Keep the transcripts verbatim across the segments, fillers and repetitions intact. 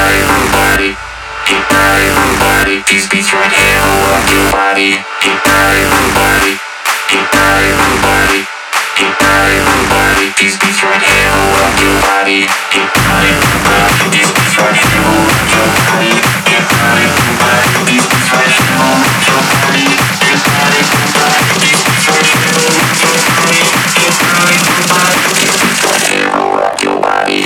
everybody, hey everybody, these beats right here will rock your body. Hey everybody, hey everybody, hey everybody, these beats right here will rock your body. Hey everybody, these beats right here will rock your body. Hey everybody, these beats right here will rock your body. Hey everybody, these beats right here will rock your body. Hey everybody, these beats right here will rock your body.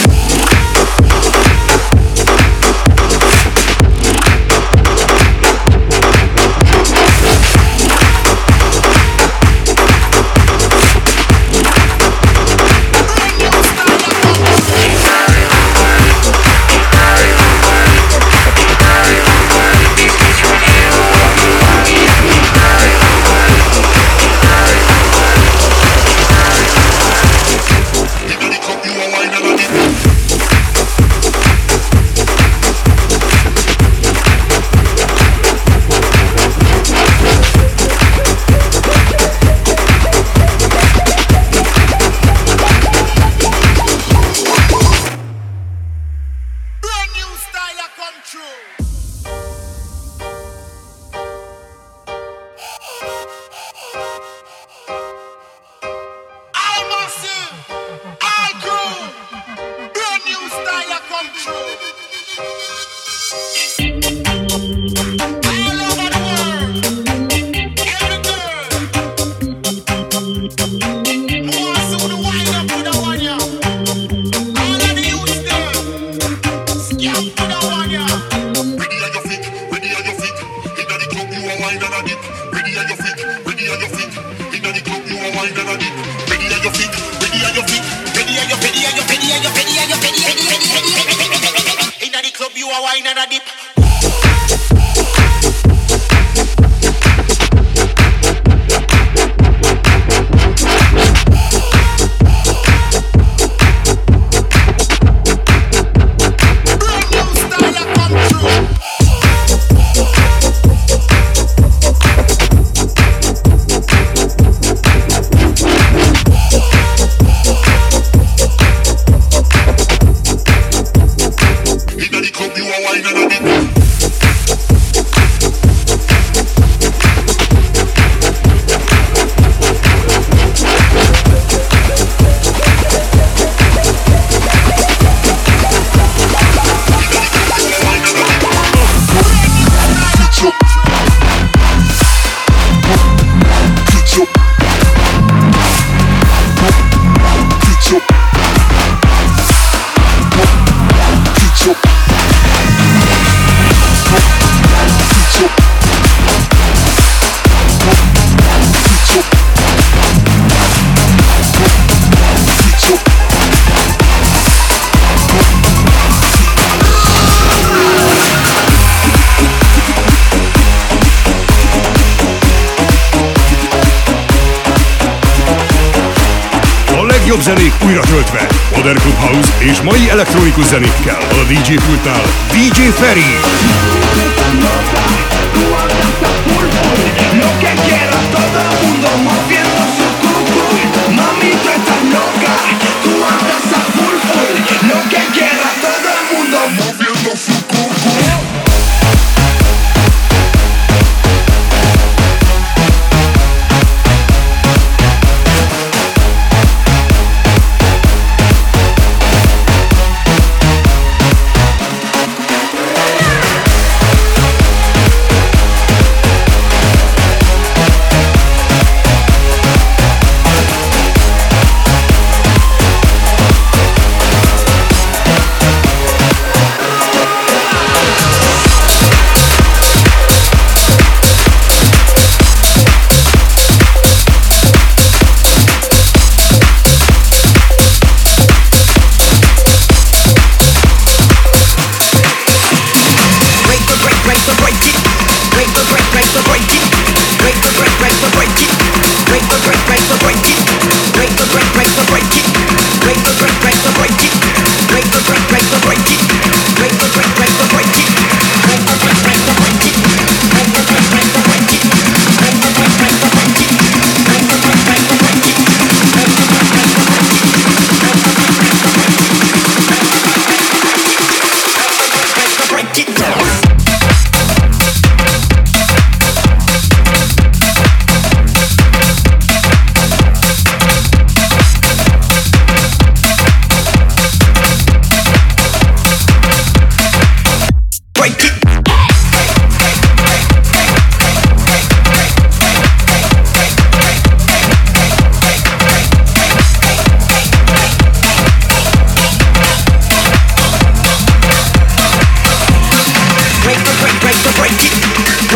legjobb zenék újra töltve, Modern Club House és mai elektronikus zenékkel. A dé dzsé pultnál dé dzsé Ferry.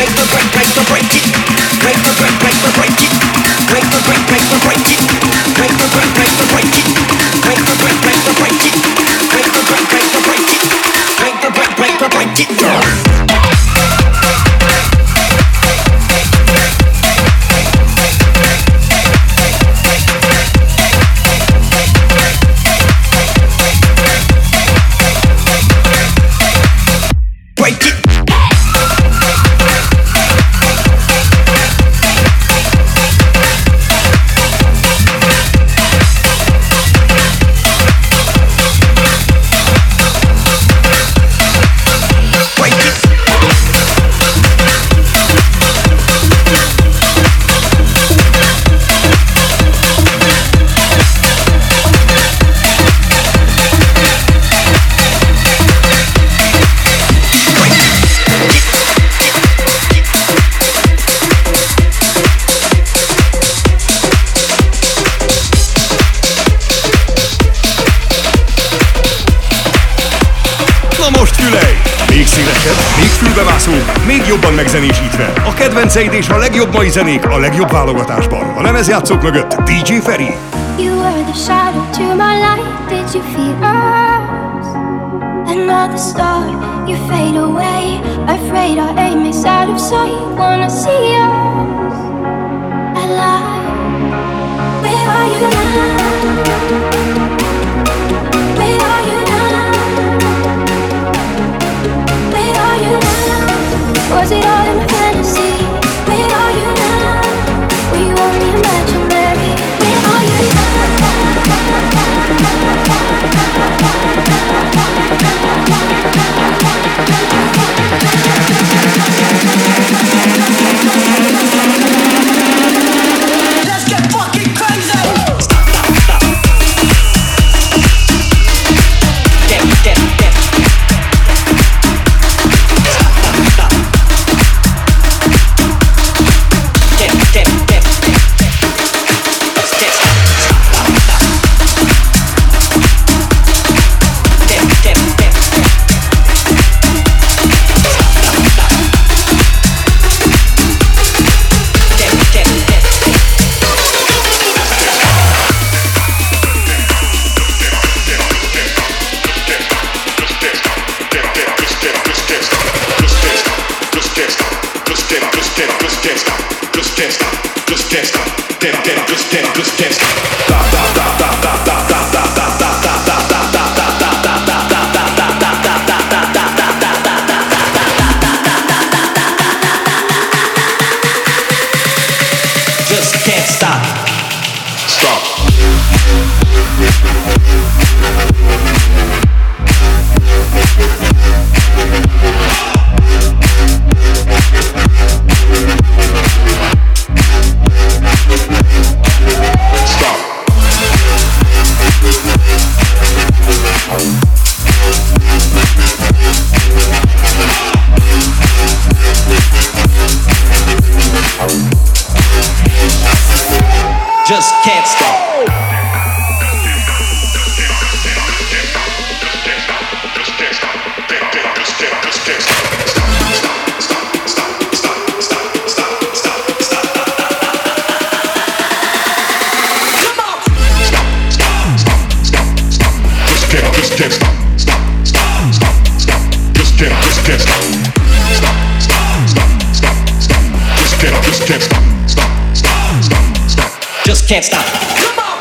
Még jobban megzenésítve. A kedvenceid és a legjobb mai zenék a legjobb válogatásban. A lemezjátszók mögött dé dzsé Feri. You were the shadow to my light. Did you feel us? Another star, you fade away. Afraid our aim is out of sight. Wanna see us alive. Where are you now? Where are you now? Where are you now? Was it all in a fantasy? Where are you now? Were you only imaginary? Where are you Let's get fucking crazy! Stop, stop, stop. Get, get, get. Just can't stop. Just can't stop. Come on.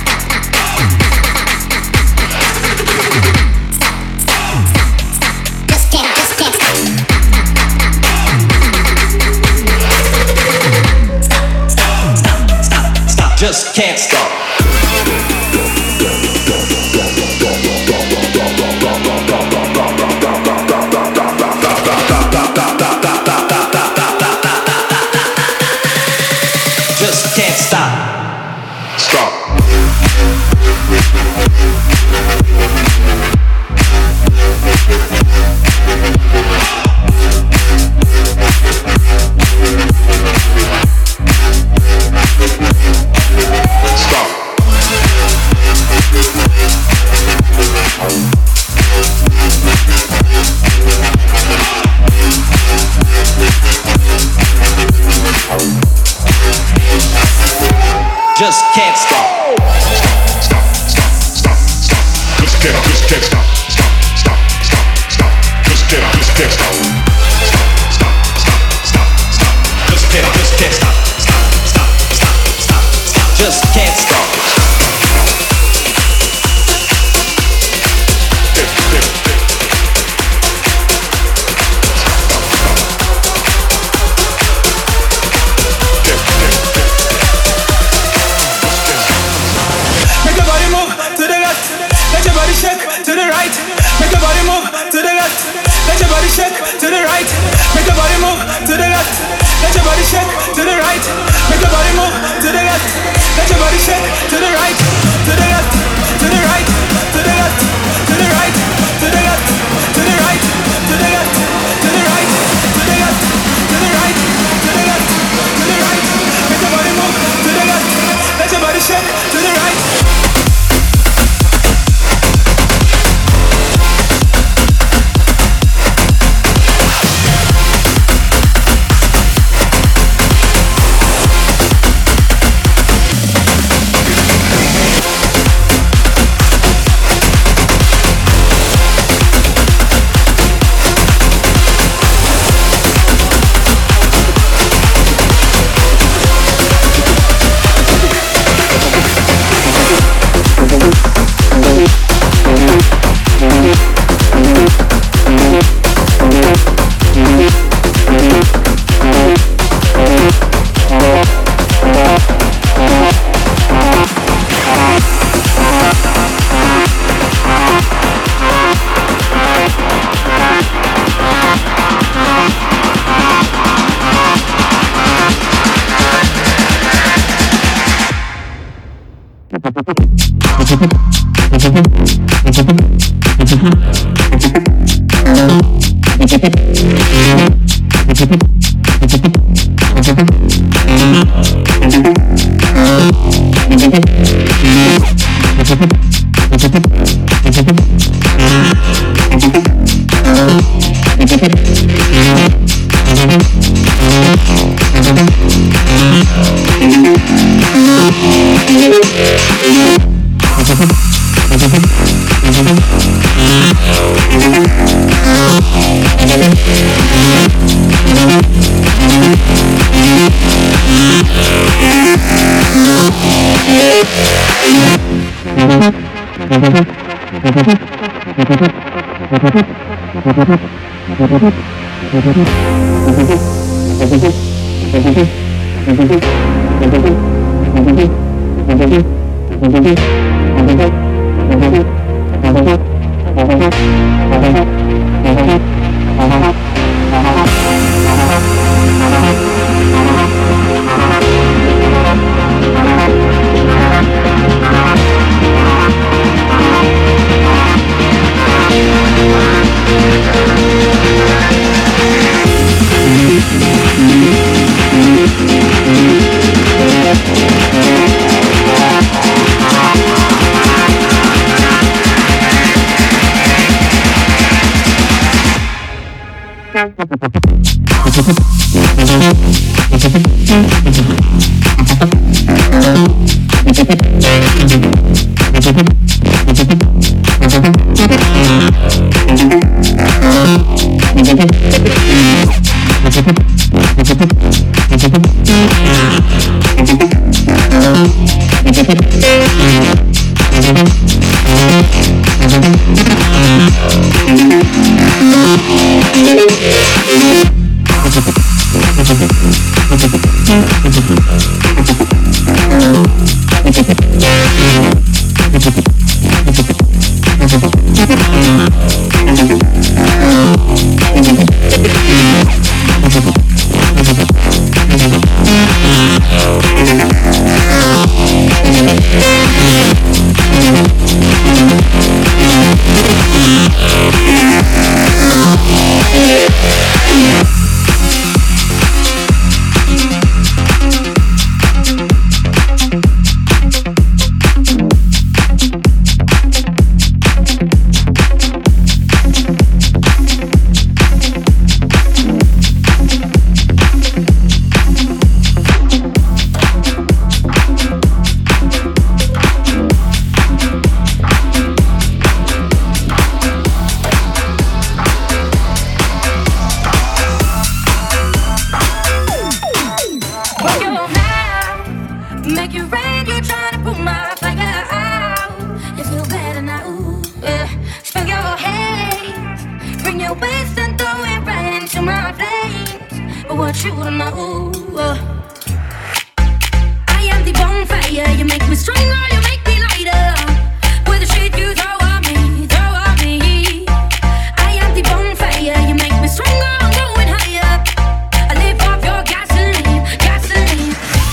Just can't, just can't stop. Stop, stop, stop, stop, stop. Just can't stop. Just can't stop. Stop. Stop. can't stop. Just can't, just can't stop. Stop, stop, stop, stop. Just can't, just can't stop. Stop, stop, stop, stop. Just can't, just can't stop. Stop, stop, stop, stop, stop. Just can't stop. To the right, make your body move to the left. Let your body shake to the right. Make your body move to the left. Let your body shake to the right. Make your body move to the left. Let your body shake to the right, to the left, to the right, to the left, to the right, to the left, to the right, to the left, to the right, to the left, to the right, to the left, to the right. Make your body move to the left. Let your body shake to the right. We'll be right back. want you to know. I am the bonfire. You make me stronger, you make me lighter. With the shit you throw at me, throw at me. I am the bonfire. You make me stronger, I'm going higher. I live off your gasoline, gasoline.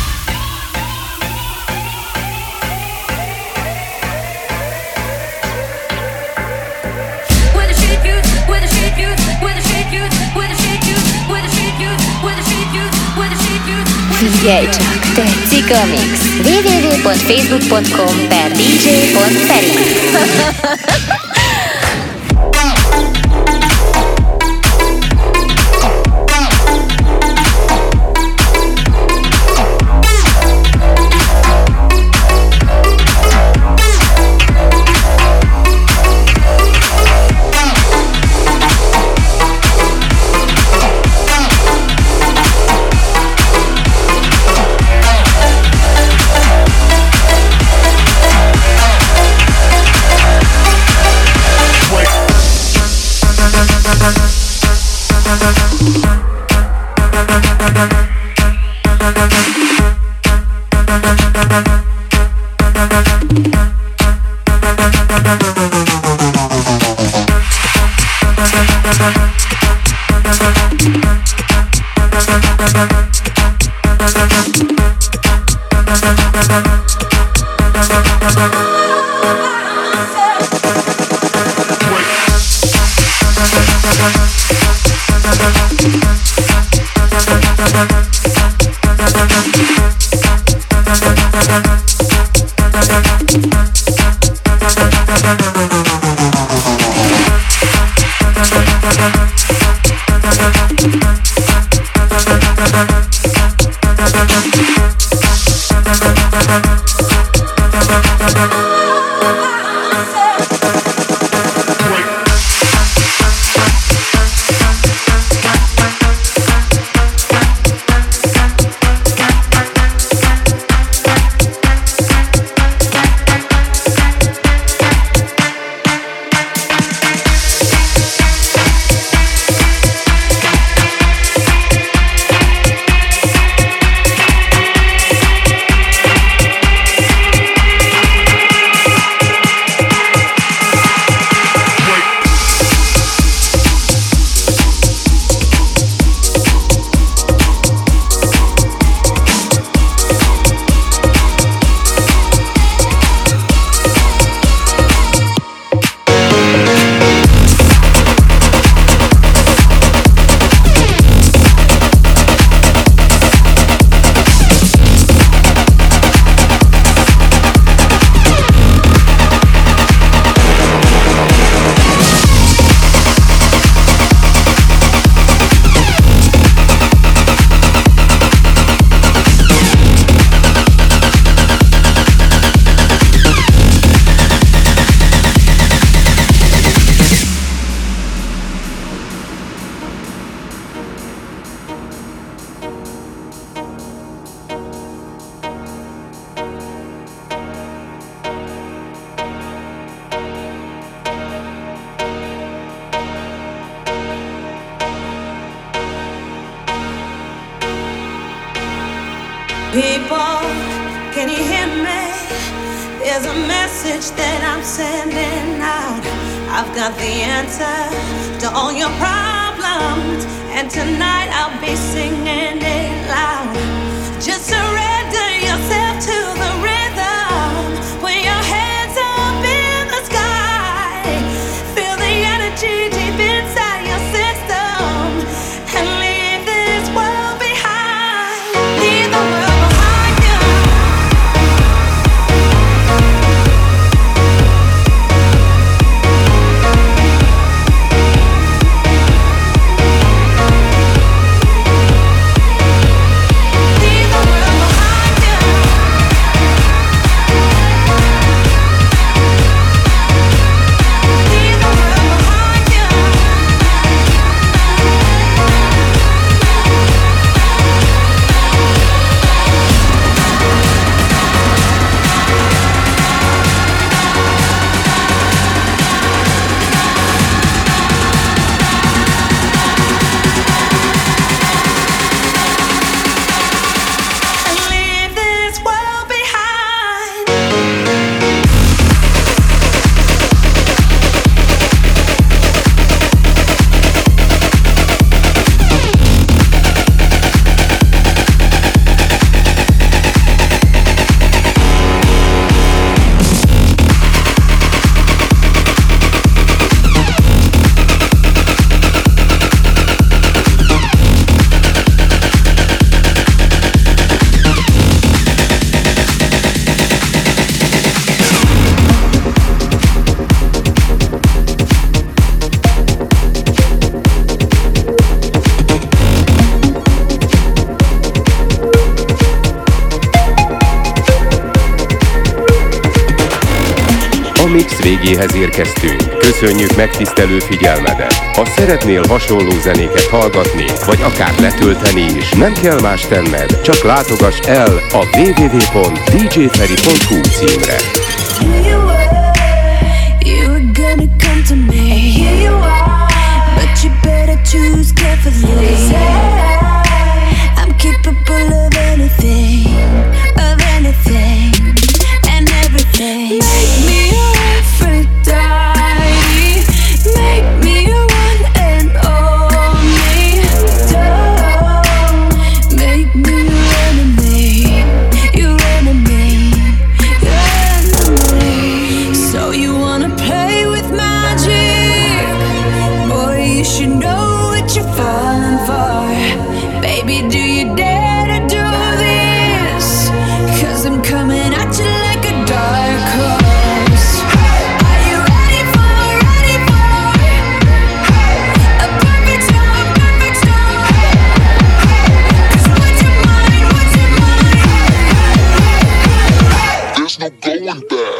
With the shit you, with the shit you, with the shit you, with the shit you, with the shit you, with the shit you, with the shit you. Figyelj csak, tetszik a mix. double-u double-u double-u pont facebook pont com per dé jé pont feri. People, can you hear me? There's a message that I'm sending out. I've got the answer to all your problems, and tonight I'll be singing it loud. Just surrender yourself to the rhythm. Put your hands up in the sky. Feel the energy deep inside your system, and leave this world behind. Leave the world. Yeah. végéhez érkeztünk. Köszönjük megtisztelő figyelmedet. Ha szeretnél hasonló zenéket hallgatni, vagy akár letölteni is, nem kell más tenned, csak látogass el a double-u double-u double-u pont d j ferry pont h u címre. Choose carefully. I'm capable of anything, of anything and everything. Make me your Aphrodite, make me your one and only. Don't make me your enemy, your enemy, your enemy. So you wanna play with magic? Boy, you should know you're falling for. Baby, do you dare to do this? Cause I'm coming at you like a dark horse. Are you ready for, ready for a perfect storm, perfect storm? Cause what's your mind, what's your mind? There's no going back.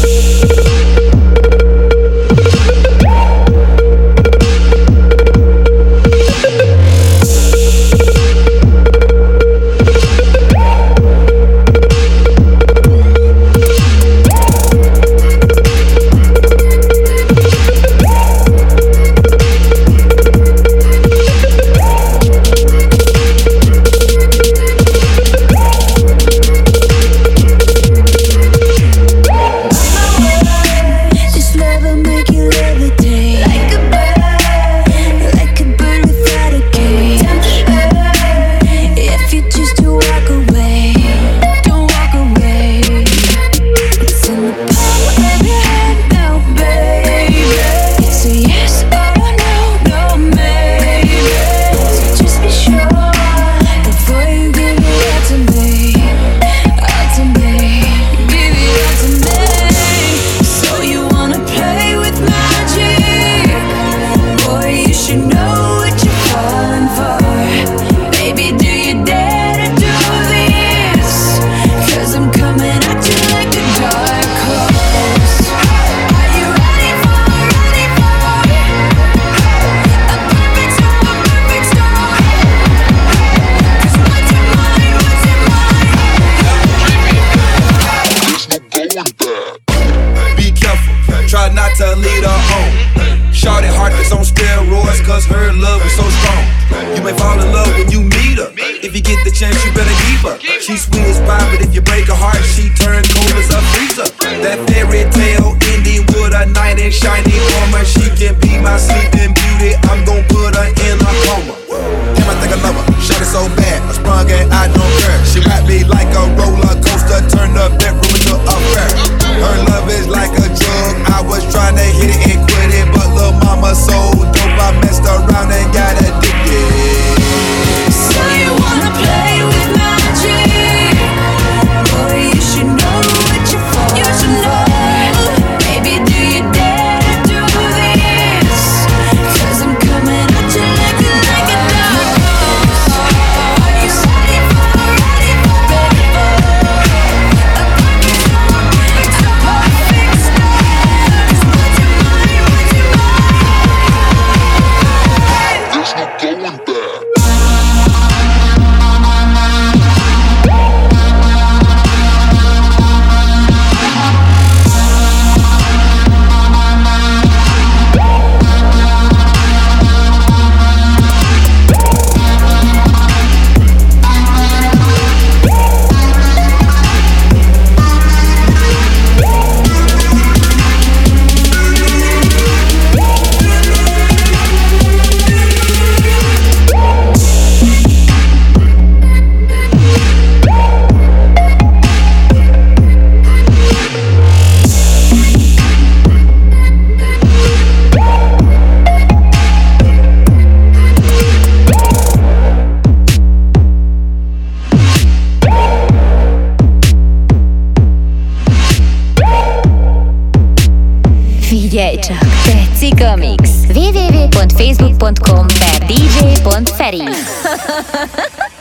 Figyelj csak, tetszik a mix? double-u double-u double-u pont facebook pont com per d j pont ferry